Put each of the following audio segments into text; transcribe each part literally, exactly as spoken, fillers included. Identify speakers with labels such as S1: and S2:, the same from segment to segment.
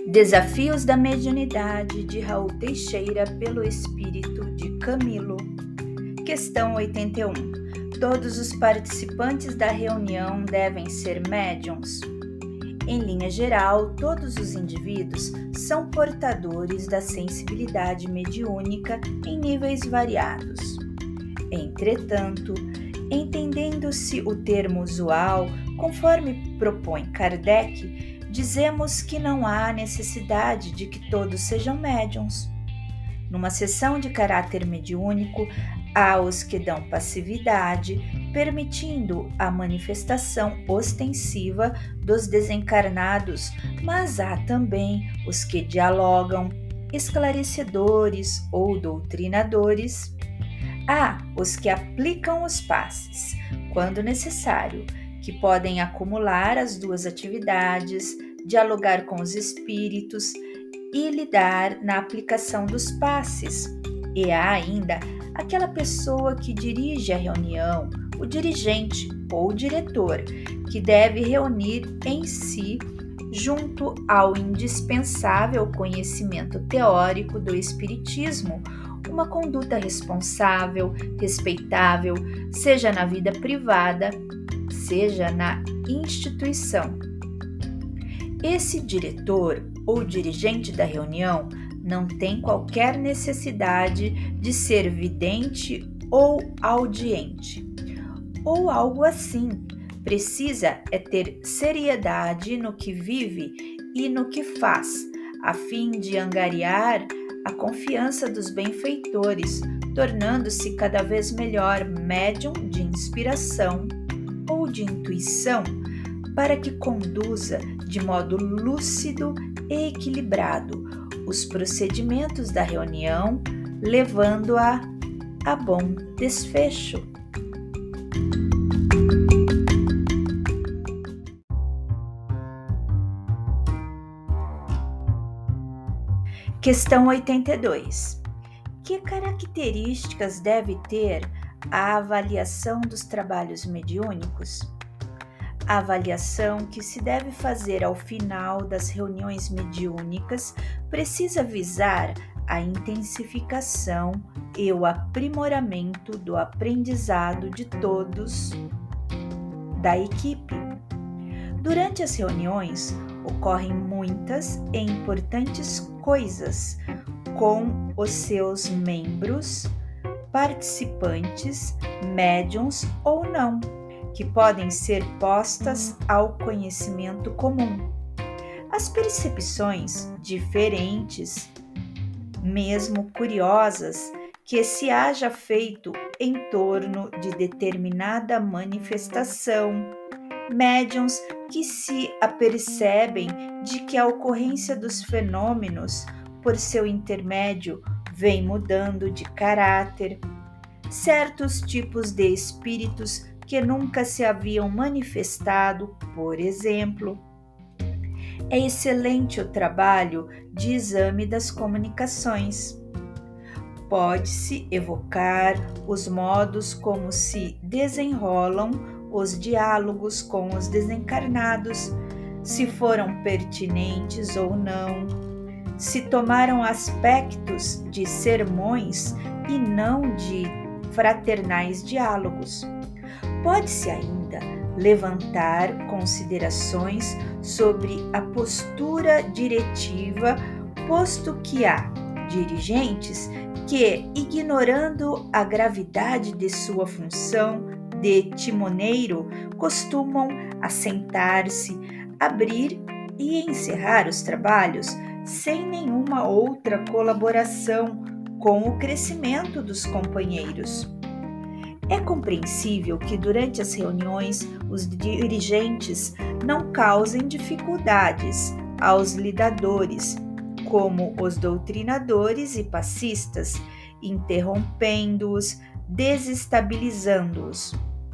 S1: Desafios da Mediunidade, de Raul Teixeira, pelo espírito de Camilo. Questão oitenta e um. Todos os participantes da reunião devem ser médiuns? Em linha geral, todos os indivíduos são portadores da sensibilidade mediúnica em níveis variados. Entretanto, entendendo-se o termo usual, conforme propõe Kardec, dizemos que não há necessidade de que todos sejam médiuns. Numa sessão de caráter mediúnico, há os que dão passividade, permitindo a manifestação ostensiva dos desencarnados, mas há também os que dialogam, esclarecedores ou doutrinadores. Há os que aplicam os passes, quando necessário, que podem acumular as duas atividades, dialogar com os espíritos e lidar na aplicação dos passes. E há ainda aquela pessoa que dirige a reunião, o dirigente ou diretor, que deve reunir em si, junto ao indispensável conhecimento teórico do espiritismo, uma conduta responsável, respeitável, seja na vida privada, seja na instituição. Esse diretor ou dirigente da reunião não tem qualquer necessidade de ser vidente ou audiente, ou algo assim. Precisa é ter seriedade no que vive e no que faz, a fim de angariar a confiança dos benfeitores, tornando-se cada vez melhor médium de inspiração ou de intuição, para que conduza de modo lúcido e equilibrado os procedimentos da reunião, levando-a a bom desfecho. Questão oitenta e dois. Que características deve ter a avaliação dos trabalhos mediúnicos? A avaliação que se deve fazer ao final das reuniões mediúnicas precisa visar a intensificação e o aprimoramento do aprendizado de todos da equipe. Durante as reuniões, ocorrem muitas e importantes coisas com os seus membros, participantes, médiuns ou não, que podem ser postas ao conhecimento comum. As percepções diferentes, mesmo curiosas, que se haja feito em torno de determinada manifestação, médiuns que se apercebem de que a ocorrência dos fenômenos, por seu intermédio, vem mudando de caráter, certos tipos de espíritos que nunca se haviam manifestado, por exemplo. É excelente o trabalho de exame das comunicações. Pode-se evocar os modos como se desenrolam os diálogos com os desencarnados, se foram pertinentes ou não, se tomaram aspectos de sermões e não de fraternais diálogos. Pode-se ainda levantar considerações sobre a postura diretiva, posto que há dirigentes que, ignorando a gravidade de sua função de timoneiro, costumam assentar-se, abrir e encerrar os trabalhos sem nenhuma outra colaboração com o crescimento dos companheiros. É compreensível que durante as reuniões os dirigentes não causem dificuldades aos lidadores, como os doutrinadores e passistas, interrompendo-os, desestabilizando-os.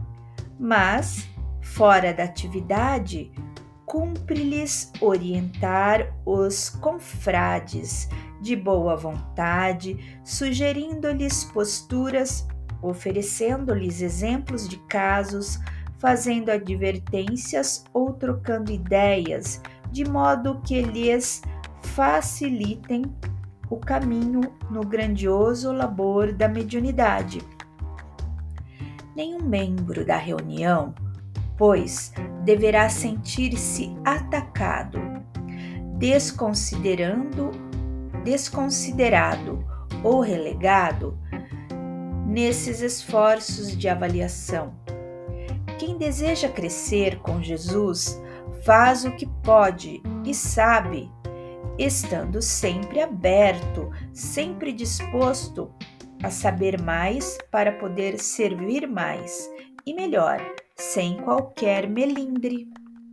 S1: Mas, fora da atividade, cumpre-lhes orientar os confrades de boa vontade, sugerindo-lhes posturas, oferecendo-lhes exemplos de casos, fazendo advertências ou trocando ideias, de modo que lhes facilitem o caminho no grandioso labor da mediunidade. Nenhum membro da reunião, pois, deverá sentir-se atacado, desconsiderando, desconsiderado ou relegado nesses esforços de avaliação. Quem deseja crescer com Jesus faz o que pode e sabe, estando sempre aberto, sempre disposto a saber mais para poder servir mais e melhor, sem qualquer melindre.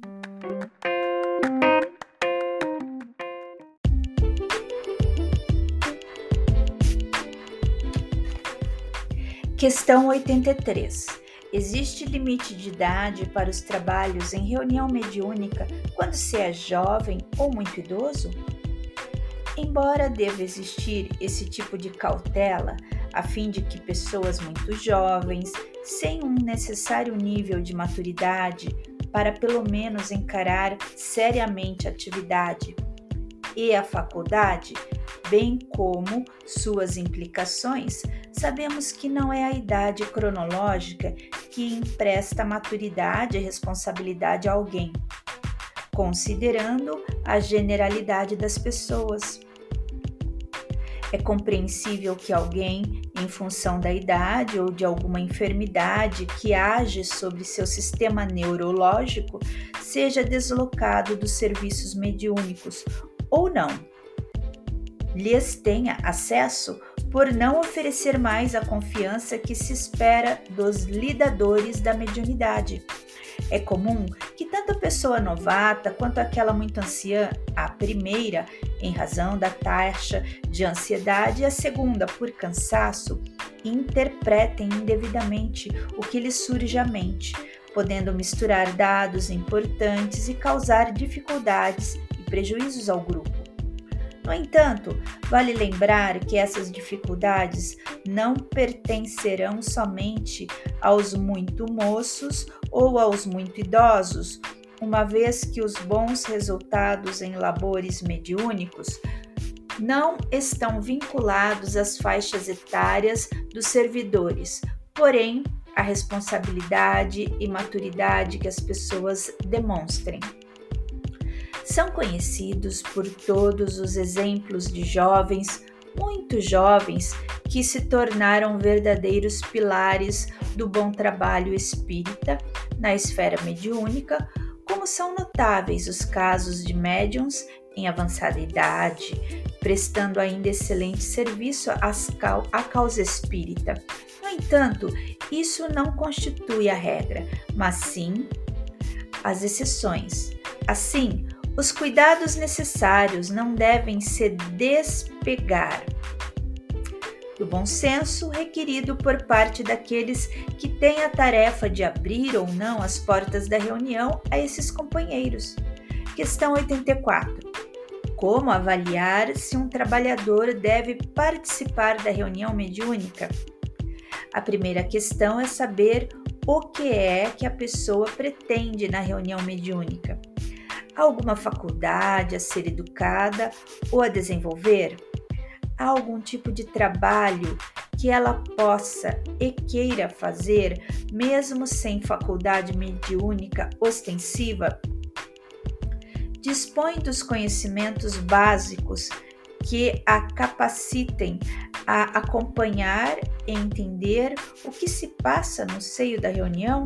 S1: Questão oitenta e três. Existe limite de idade para os trabalhos em reunião mediúnica quando se é jovem ou muito idoso? Embora deva existir esse tipo de cautela, a fim de que pessoas muito jovens, sem um necessário nível de maturidade para pelo menos encarar seriamente a atividade e a faculdade, bem como suas implicações, sabemos que não é a idade cronológica que empresta maturidade e responsabilidade a alguém, considerando a generalidade das pessoas. É compreensível que alguém, em função da idade ou de alguma enfermidade que age sobre seu sistema neurológico, seja deslocado dos serviços mediúnicos ou não lhes tenha acesso por não oferecer mais a confiança que se espera dos lidadores da mediunidade. É comum que tanto a pessoa novata quanto aquela muito anciã, a primeira, em razão da taxa de ansiedade, e a segunda, por cansaço, interpretem indevidamente o que lhes surge à mente, podendo misturar dados importantes e causar dificuldades e prejuízos ao grupo. No entanto, vale lembrar que essas dificuldades não pertencerão somente aos muito moços ou aos muito idosos, uma vez que os bons resultados em labores mediúnicos não estão vinculados às faixas etárias dos servidores, porém, à responsabilidade e maturidade que as pessoas demonstrem. São conhecidos por todos os exemplos de jovens, muito jovens, que se tornaram verdadeiros pilares do bom trabalho espírita na esfera mediúnica, como são notáveis os casos de médiuns em avançada idade, prestando ainda excelente serviço à causa espírita. No entanto, isso não constitui a regra, mas sim as exceções. Assim, os cuidados necessários não devem se despegar do bom senso requerido por parte daqueles que têm a tarefa de abrir ou não as portas da reunião a esses companheiros. Questão oitenta e quatro. Como avaliar se um trabalhador deve participar da reunião mediúnica? A primeira questão é saber o que é que a pessoa pretende na reunião mediúnica. Há alguma faculdade a ser educada ou a desenvolver? Há algum tipo de trabalho que ela possa e queira fazer, mesmo sem faculdade mediúnica ostensiva? Dispõe dos conhecimentos básicos que a capacitem a acompanhar e entender o que se passa no seio da reunião?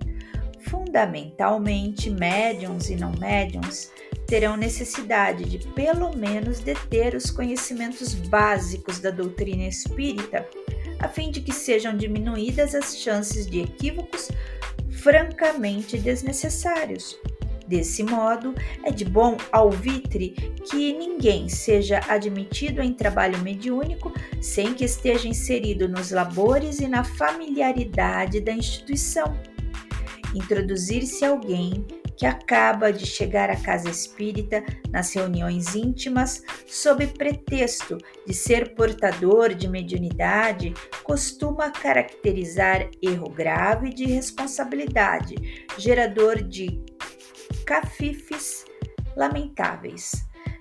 S1: Fundamentalmente, médiuns e não médiuns terão necessidade de, pelo menos, deter os conhecimentos básicos da doutrina espírita, a fim de que sejam diminuídas as chances de equívocos francamente desnecessários. Desse modo, é de bom alvitre que ninguém seja admitido em trabalho mediúnico sem que esteja inserido nos labores e na familiaridade da instituição. Introduzir-se alguém que acaba de chegar à casa espírita nas reuniões íntimas sob pretexto de ser portador de mediunidade costuma caracterizar erro grave de responsabilidade, gerador de cafifes lamentáveis.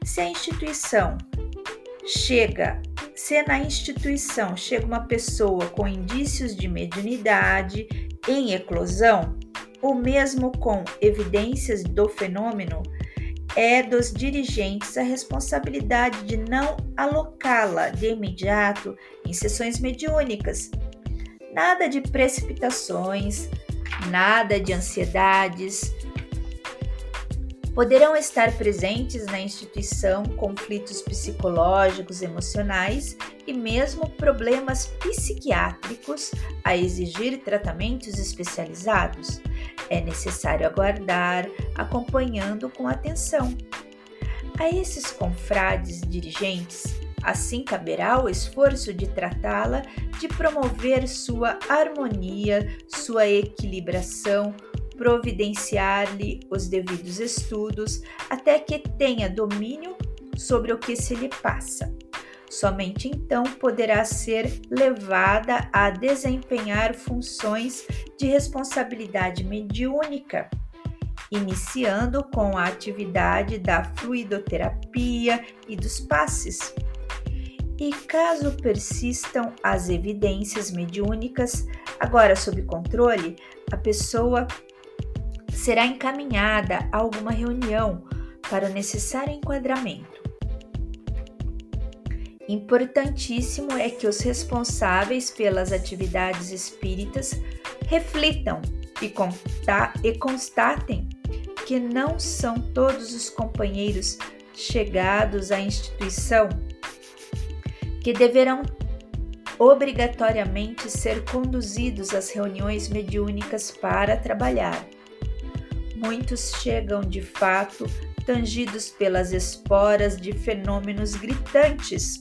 S1: Se a instituição chega, se na instituição chega uma pessoa com indícios de mediunidade em eclosão, ou mesmo com evidências do fenômeno, é dos dirigentes a responsabilidade de não alocá-la de imediato em sessões mediúnicas. Nada de precipitações, nada de ansiedades. Poderão estar presentes na instituição conflitos psicológicos, emocionais e mesmo problemas psiquiátricos a exigir tratamentos especializados. É necessário aguardar, acompanhando com atenção. A esses confrades dirigentes, assim caberá o esforço de tratá-la, de promover sua harmonia, sua equilibração, providenciar-lhe os devidos estudos, até que tenha domínio sobre o que se lhe passa. Somente então poderá ser levada a desempenhar funções de responsabilidade mediúnica, iniciando com a atividade da fluidoterapia e dos passes. E caso persistam as evidências mediúnicas, agora sob controle, a pessoa será encaminhada a alguma reunião para o necessário enquadramento. Importantíssimo é que os responsáveis pelas atividades espíritas reflitam e, conta- e constatem que não são todos os companheiros chegados à instituição que deverão obrigatoriamente ser conduzidos às reuniões mediúnicas para trabalhar. Muitos chegam de fato tangidos pelas esporas de fenômenos gritantes.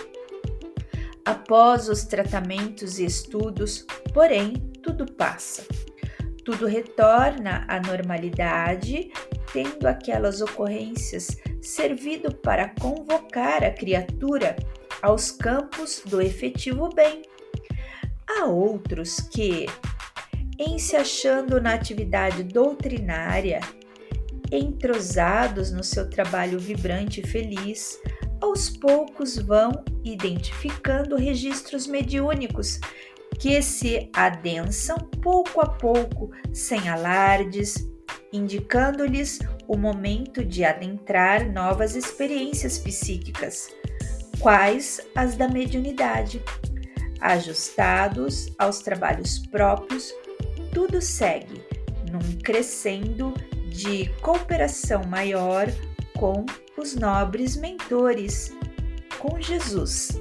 S1: Após os tratamentos e estudos, porém, tudo passa. Tudo retorna à normalidade, tendo aquelas ocorrências servido para convocar a criatura aos campos do efetivo bem. Há outros que, em se achando na atividade doutrinária, entrosados no seu trabalho vibrante e feliz, aos poucos vão identificando registros mediúnicos que se adensam pouco a pouco, sem alardes, indicando-lhes o momento de adentrar novas experiências psíquicas, quais as da mediunidade. Ajustados aos trabalhos próprios, tudo segue num crescendo de cooperação maior com os nobres mentores, com Jesus.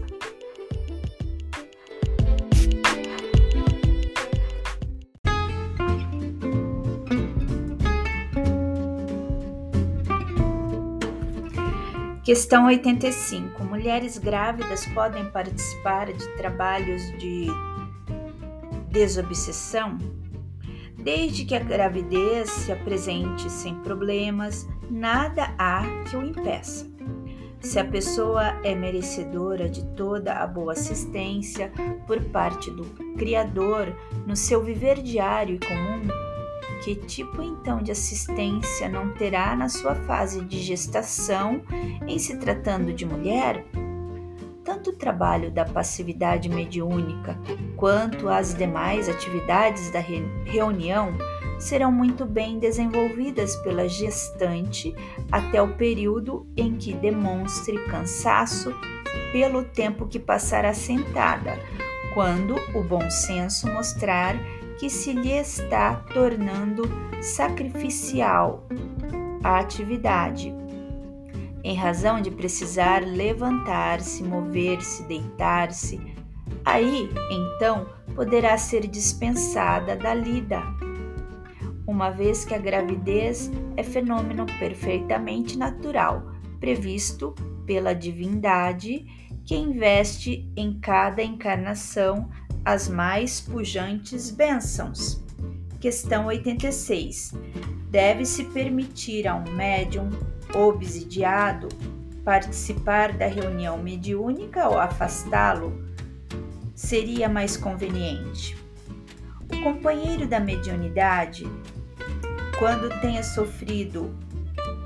S1: Questão oitenta e cinco. Mulheres grávidas podem participar de trabalhos de desobsessão? Desde que a gravidez se apresente sem problemas, nada há que o impeça. Se a pessoa é merecedora de toda a boa assistência por parte do Criador no seu viver diário e comum, que tipo então de assistência não terá na sua fase de gestação em se tratando de mulher? Tanto o trabalho da passividade mediúnica quanto as demais atividades da reunião serão muito bem desenvolvidas pela gestante até o período em que demonstre cansaço pelo tempo que passará sentada, quando o bom senso mostrar que se lhe está tornando sacrificial a atividade, em razão de precisar levantar-se, mover-se, deitar-se. Aí, então, poderá ser dispensada da lida, uma vez que a gravidez é fenômeno perfeitamente natural, previsto pela divindade, que investe em cada encarnação as mais pujantes bênçãos. Questão oitenta e seis. Deve-se permitir a um médium obsidiado participar da reunião mediúnica ou afastá-lo? Seria mais conveniente. O companheiro da mediunidade, quando tenha sofrido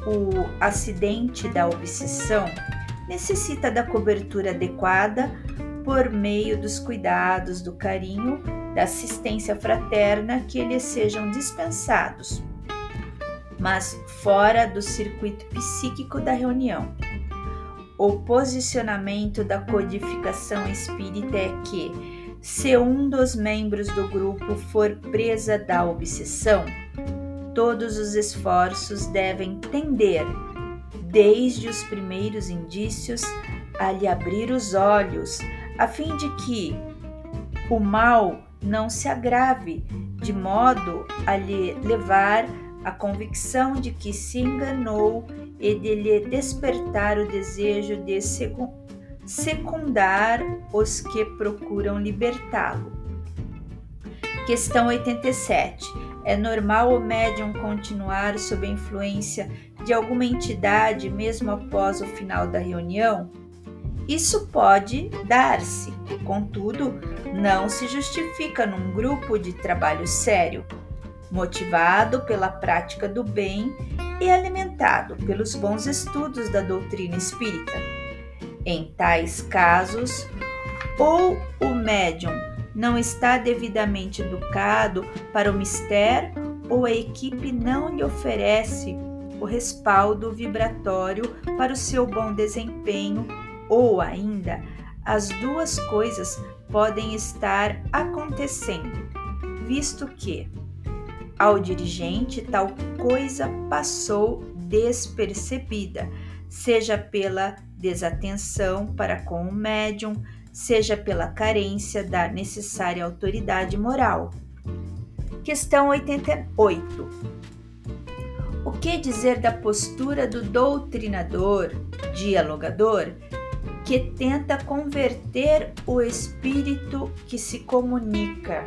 S1: o acidente da obsessão necessita da cobertura adequada por meio dos cuidados, do carinho, da assistência fraterna que lhes sejam dispensados, mas fora do circuito psíquico da reunião. O posicionamento da codificação espírita é que, se um dos membros do grupo for presa da obsessão, todos os esforços devem tender, desde os primeiros indícios, a lhe abrir os olhos, a fim de que o mal não se agrave, de modo a lhe levar à convicção de que se enganou e de lhe despertar o desejo de secundar os que procuram libertá-lo. Questão oitenta e sete. É normal o médium continuar sob a influência de alguma entidade mesmo após o final da reunião? Isso pode dar-se, contudo, não se justifica num grupo de trabalho sério, motivado pela prática do bem e alimentado pelos bons estudos da doutrina espírita. Em tais casos, ou o médium não está devidamente educado para o mistério, ou a equipe não lhe oferece o respaldo vibratório para o seu bom desempenho, ou ainda as duas coisas podem estar acontecendo, visto que ao dirigente tal coisa passou despercebida, seja pela desatenção para com o médium, seja pela carência da necessária autoridade moral. Questão oitenta e oito. O que dizer da postura do doutrinador, dialogador, que tenta converter o espírito que se comunica?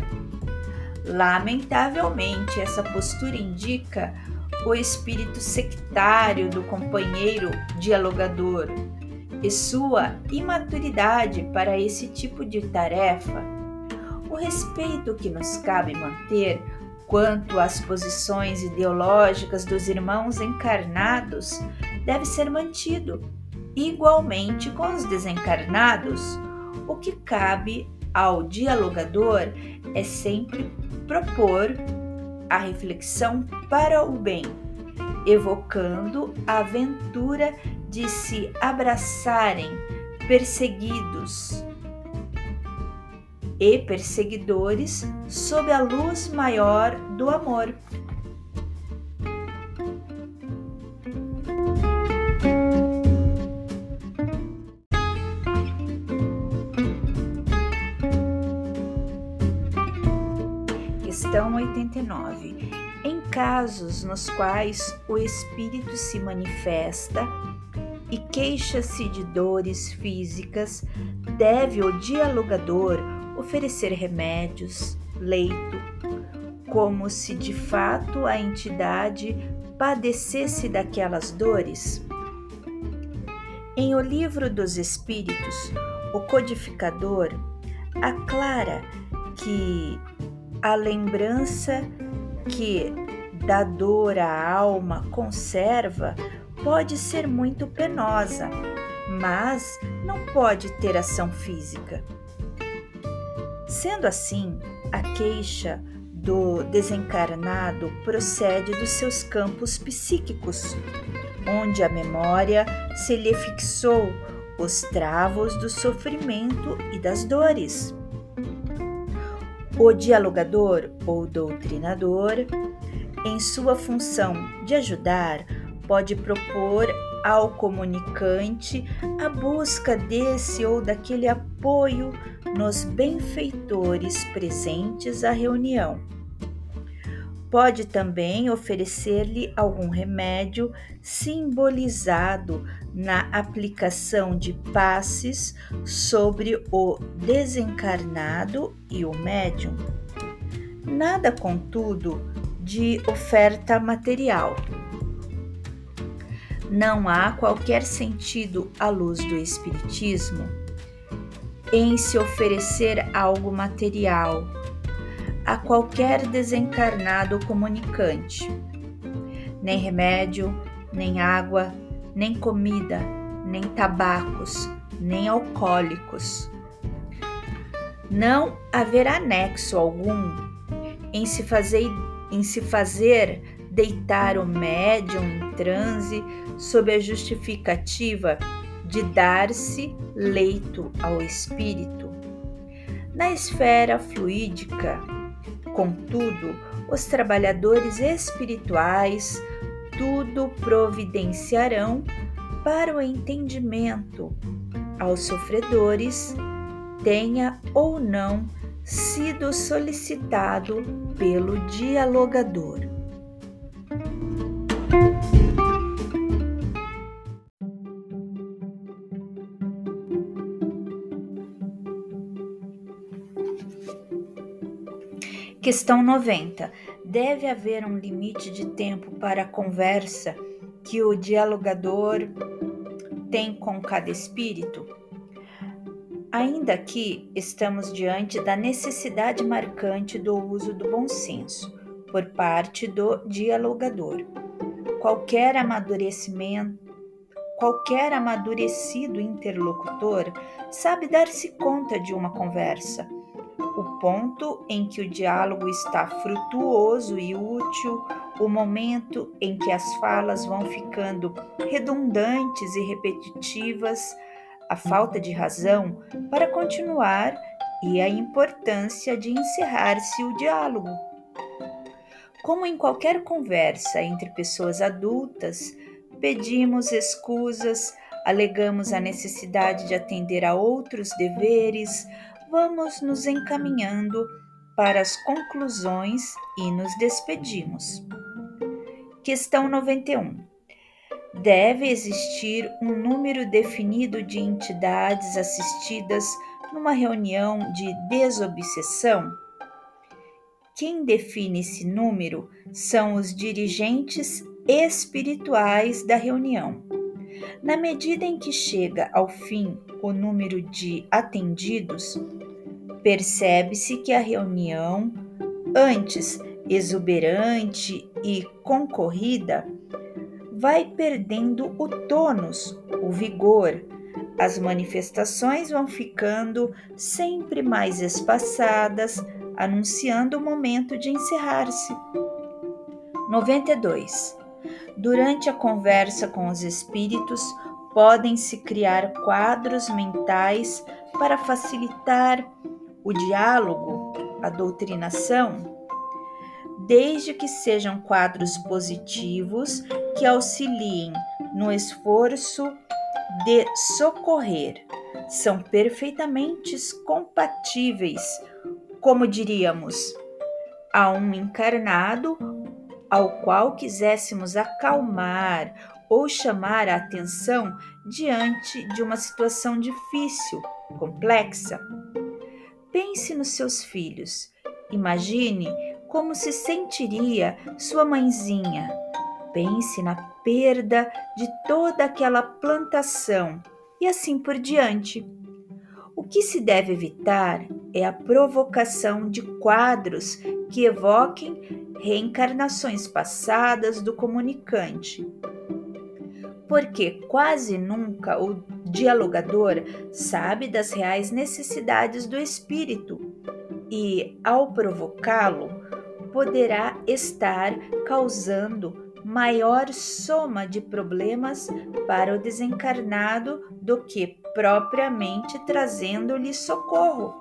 S1: Lamentavelmente, essa postura indica o espírito sectário do companheiro dialogador e sua imaturidade para esse tipo de tarefa. O respeito que nos cabe manter quanto às posições ideológicas dos irmãos encarnados deve ser mantido, igualmente com os desencarnados. O que cabe ao dialogador é sempre propor a reflexão para o bem, evocando a aventura de se abraçarem perseguidos e perseguidores sob a luz maior do amor. Questão oitenta e nove. Em casos nos quais o espírito se manifesta e queixa-se de dores físicas, deve o dialogador oferecer remédios, leito, como se de fato a entidade padecesse daquelas dores? Em O Livro dos Espíritos, o codificador aclara que a lembrança que da dor a alma conserva pode ser muito penosa, mas não pode ter ação física. Sendo assim, a queixa do desencarnado procede dos seus campos psíquicos, onde a memória se lhe fixou os travos do sofrimento e das dores. O dialogador ou doutrinador, em sua função de ajudar, pode propor ao comunicante a busca desse ou daquele apoio nos benfeitores presentes à reunião. Pode também oferecer-lhe algum remédio simbolizado na aplicação de passes sobre o desencarnado e o médium. Nada, contudo, de oferta material. Não há qualquer sentido à luz do Espiritismo em se oferecer algo material a qualquer desencarnado comunicante, nem remédio, nem água, nem comida, nem tabacos, nem alcoólicos. Não haverá nexo algum em se fazer, em se fazer deitar o médium em transe sob a justificativa de dar-se leito ao espírito. Na esfera fluídica, contudo, os trabalhadores espirituais tudo providenciarão para o entendimento aos sofredores, tenha ou não sido solicitado pelo dialogador. Questão noventa. Deve haver um limite de tempo para a conversa que o dialogador tem com cada espírito? Ainda aqui estamos diante da necessidade marcante do uso do bom senso por parte do dialogador. Qualquer amadurecimento, qualquer amadurecido interlocutor sabe dar-se conta de uma conversa, o ponto em que o diálogo está frutuoso e útil, o momento em que as falas vão ficando redundantes e repetitivas, a falta de razão para continuar e a importância de encerrar-se o diálogo. Como em qualquer conversa entre pessoas adultas, pedimos escusas, alegamos a necessidade de atender a outros deveres, vamos nos encaminhando para as conclusões e nos despedimos. Questão noventa e um. Deve existir um número definido de entidades assistidas numa reunião de desobsessão? Quem define esse número são os dirigentes espirituais da reunião. Na medida em que chega ao fim o número de atendidos, percebe-se que a reunião, antes exuberante e concorrida, vai perdendo o tônus, o vigor. As manifestações vão ficando sempre mais espaçadas, anunciando o momento de encerrar-se. noventa e dois. Durante a conversa com os espíritos, podem-se criar quadros mentais para facilitar o diálogo, a doutrinação, desde que sejam quadros positivos que auxiliem no esforço de socorrer. São perfeitamente compatíveis, como diríamos, a um encarnado ao qual quiséssemos acalmar ou chamar a atenção diante de uma situação difícil, complexa. Pense nos seus filhos. Imagine como se sentiria sua mãezinha. Pense na perda de toda aquela plantação e assim por diante. O que se deve evitar é a provocação de quadros que evoquem reencarnações passadas do comunicante, porque quase nunca o dialogador sabe das reais necessidades do espírito e, ao provocá-lo, poderá estar causando maior soma de problemas para o desencarnado do que propriamente trazendo-lhe socorro.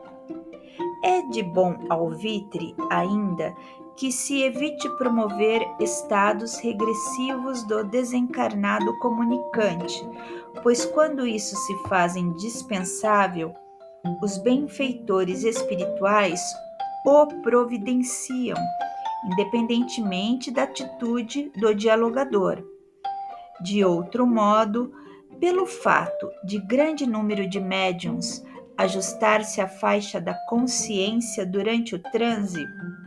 S1: É de bom alvitre, ainda, que se evite promover estados regressivos do desencarnado comunicante, pois quando isso se faz indispensável, os benfeitores espirituais o providenciam, independentemente da atitude do dialogador. De outro modo, pelo fato de grande número de médiuns ajustar-se à faixa da consciência durante o transe,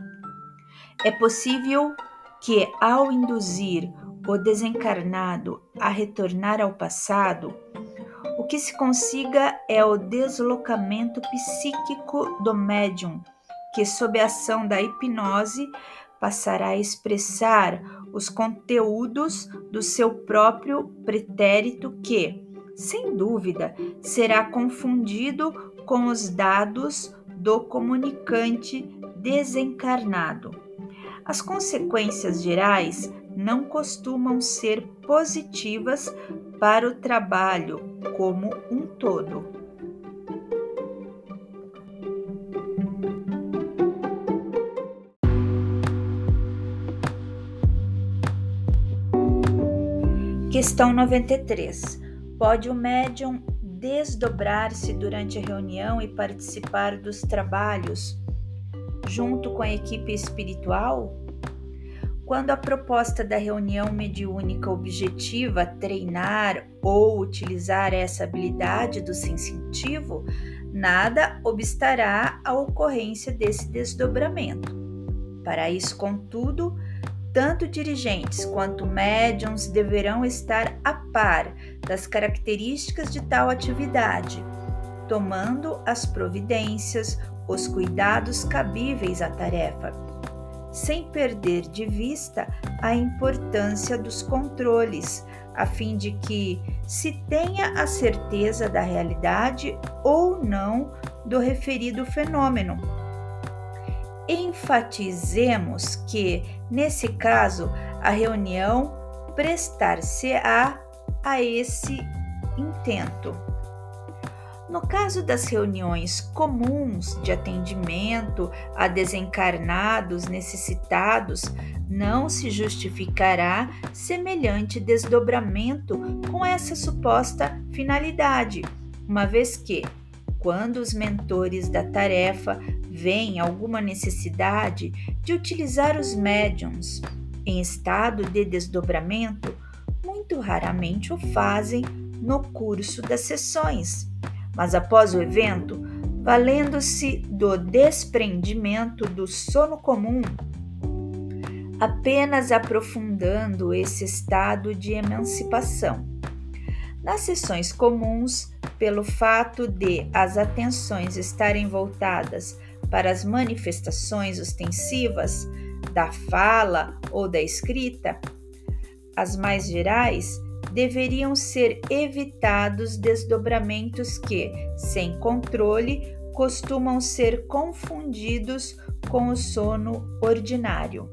S1: é possível que, ao induzir o desencarnado a retornar ao passado, o que se consiga é o deslocamento psíquico do médium, que, sob a ação da hipnose, passará a expressar os conteúdos do seu próprio pretérito que, sem dúvida, será confundido com os dados do comunicante desencarnado. As consequências gerais não costumam ser positivas para o trabalho como um todo. Questão noventa e três. Pode o médium desdobrar-se durante a reunião e participar dos trabalhos junto com a equipe espiritual? Quando a proposta da reunião mediúnica objetiva treinar ou utilizar essa habilidade do sensitivo, nada obstará a ocorrência desse desdobramento. Para isso, contudo, tanto dirigentes quanto médiuns deverão estar a par das características de tal atividade, tomando as providências, os cuidados cabíveis à tarefa, sem perder de vista a importância dos controles, a fim de que se tenha a certeza da realidade ou não do referido fenômeno. Enfatizemos que, nesse caso, a reunião prestar-se-á a esse intento. No caso das reuniões comuns de atendimento a desencarnados necessitados, não se justificará semelhante desdobramento com essa suposta finalidade, uma vez que, quando os mentores da tarefa veem alguma necessidade de utilizar os médiuns em estado de desdobramento, muito raramente o fazem no curso das sessões, mas após o evento, valendo-se do desprendimento do sono comum, apenas aprofundando esse estado de emancipação. Nas sessões comuns, pelo fato de as atenções estarem voltadas para as manifestações ostensivas da fala ou da escrita, as mais gerais, deveriam ser evitados desdobramentos que, sem controle, costumam ser confundidos com o sono ordinário.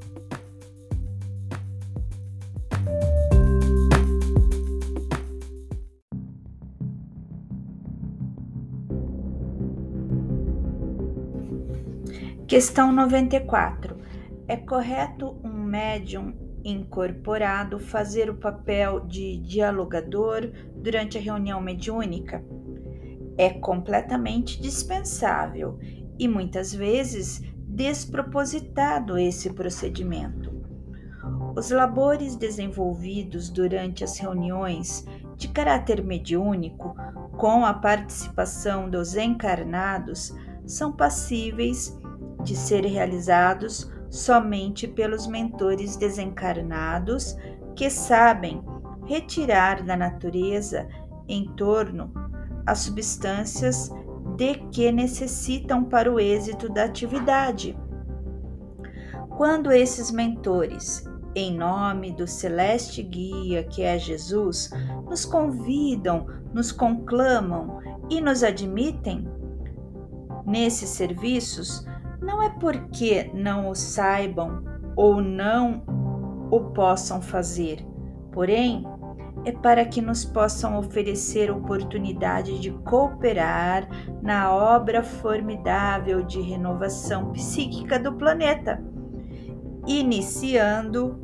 S1: Questão noventa e quatro. É correto um médium incorporado fazer o papel de dialogador durante a reunião mediúnica? É completamente dispensável e muitas vezes despropositado esse procedimento. Os labores desenvolvidos durante as reuniões de caráter mediúnico, com a participação dos encarnados, são passíveis de ser realizados somente pelos mentores desencarnados que sabem retirar da natureza em torno as substâncias de que necessitam para o êxito da atividade. Quando esses mentores, em nome do celeste guia que é Jesus, nos convidam, nos conclamam e nos admitem nesses serviços, não é porque não o saibam ou não o possam fazer, porém, é para que nos possam oferecer oportunidade de cooperar na obra formidável de renovação psíquica do planeta, iniciando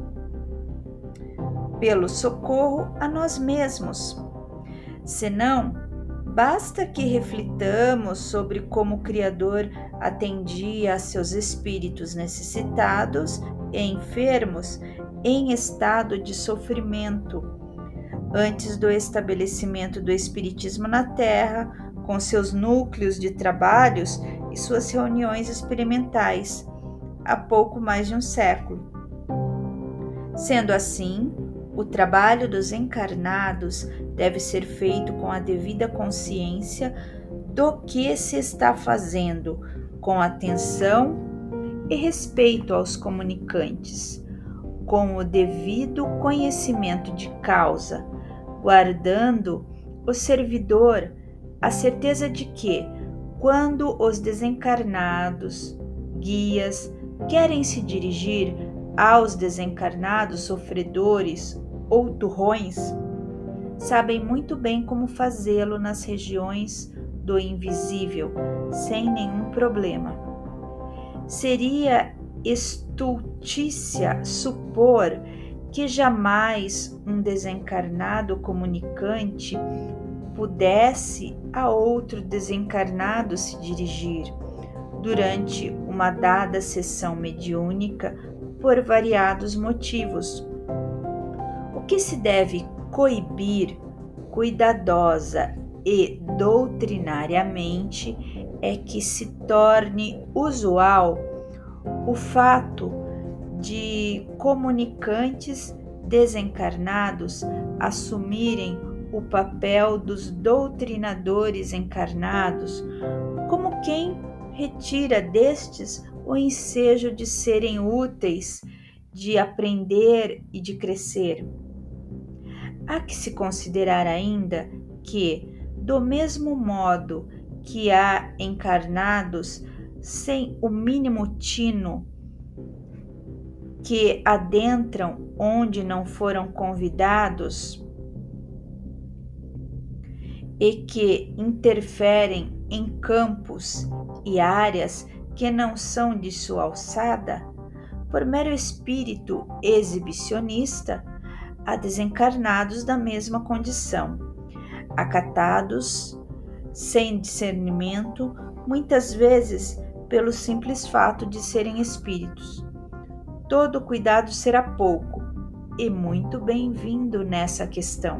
S1: pelo socorro a nós mesmos. Senão, basta que reflitamos sobre como o Criador atendia a seus espíritos necessitados e enfermos em estado de sofrimento, antes do estabelecimento do Espiritismo na Terra, com seus núcleos de trabalhos e suas reuniões experimentais, há pouco mais de um século. Sendo assim, o trabalho dos encarnados deve ser feito com a devida consciência do que se está fazendo, com atenção e respeito aos comunicantes, com o devido conhecimento de causa, guardando o servidor a certeza de que, quando os desencarnados, guias, querem se dirigir aos desencarnados sofredores ou turrões, sabem muito bem como fazê-lo nas regiões do invisível, sem nenhum problema. Seria estultícia supor que jamais um desencarnado comunicante pudesse a outro desencarnado se dirigir durante uma dada sessão mediúnica por variados motivos. O que se deve coibir cuidadosa e doutrinariamente é que se torne usual o fato de comunicantes desencarnados assumirem o papel dos doutrinadores encarnados, como quem retira destes o ensejo de serem úteis, de aprender e de crescer. Há que se considerar ainda que, do mesmo modo que há encarnados sem o mínimo tino, que adentram onde não foram convidados e que interferem em campos e áreas que não são de sua alçada, por mero espírito exibicionista, há desencarnados da mesma condição, acatados, sem discernimento, muitas vezes pelo simples fato de serem espíritos. Todo cuidado será pouco e muito bem-vindo nessa questão.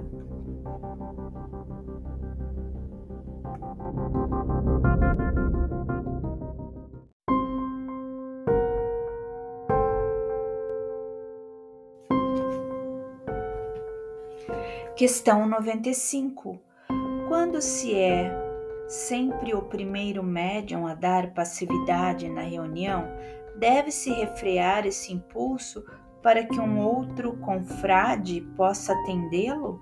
S1: Questão noventa e cinco. Quando se é sempre o primeiro médium a dar passividade na reunião, deve-se refrear esse impulso para que um outro confrade possa atendê-lo?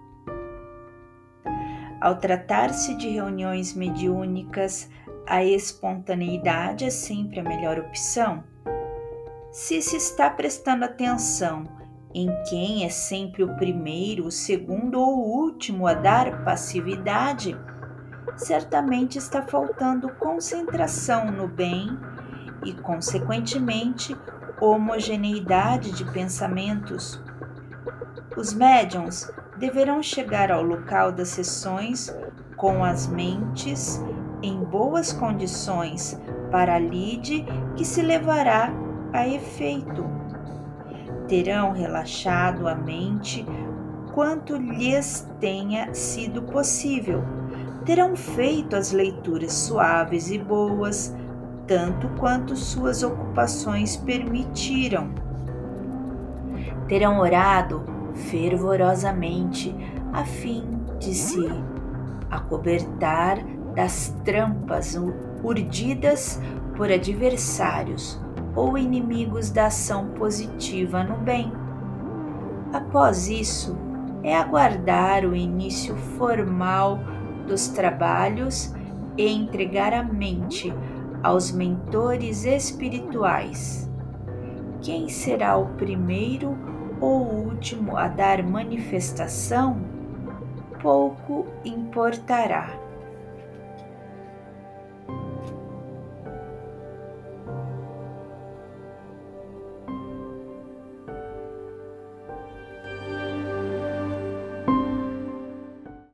S1: Ao tratar-se de reuniões mediúnicas, a espontaneidade é sempre a melhor opção. Se se está prestando atenção em quem é sempre o primeiro, o segundo ou o último a dar passividade, certamente está faltando concentração no bem e, consequentemente, homogeneidade de pensamentos. Os médiuns deverão chegar ao local das sessões com as mentes em boas condições para a lide que se levará a efeito. Terão relaxado a mente quanto lhes tenha sido possível. Terão feito as leituras suaves e boas, tanto quanto suas ocupações permitiram. Terão orado fervorosamente a fim de se acobertar das trampas urdidas por adversários ou inimigos da ação positiva no bem. Após isso, é aguardar o início formal dos trabalhos e entregar a mente aos mentores espirituais. Quem será o primeiro ou o último a dar manifestação, pouco importará.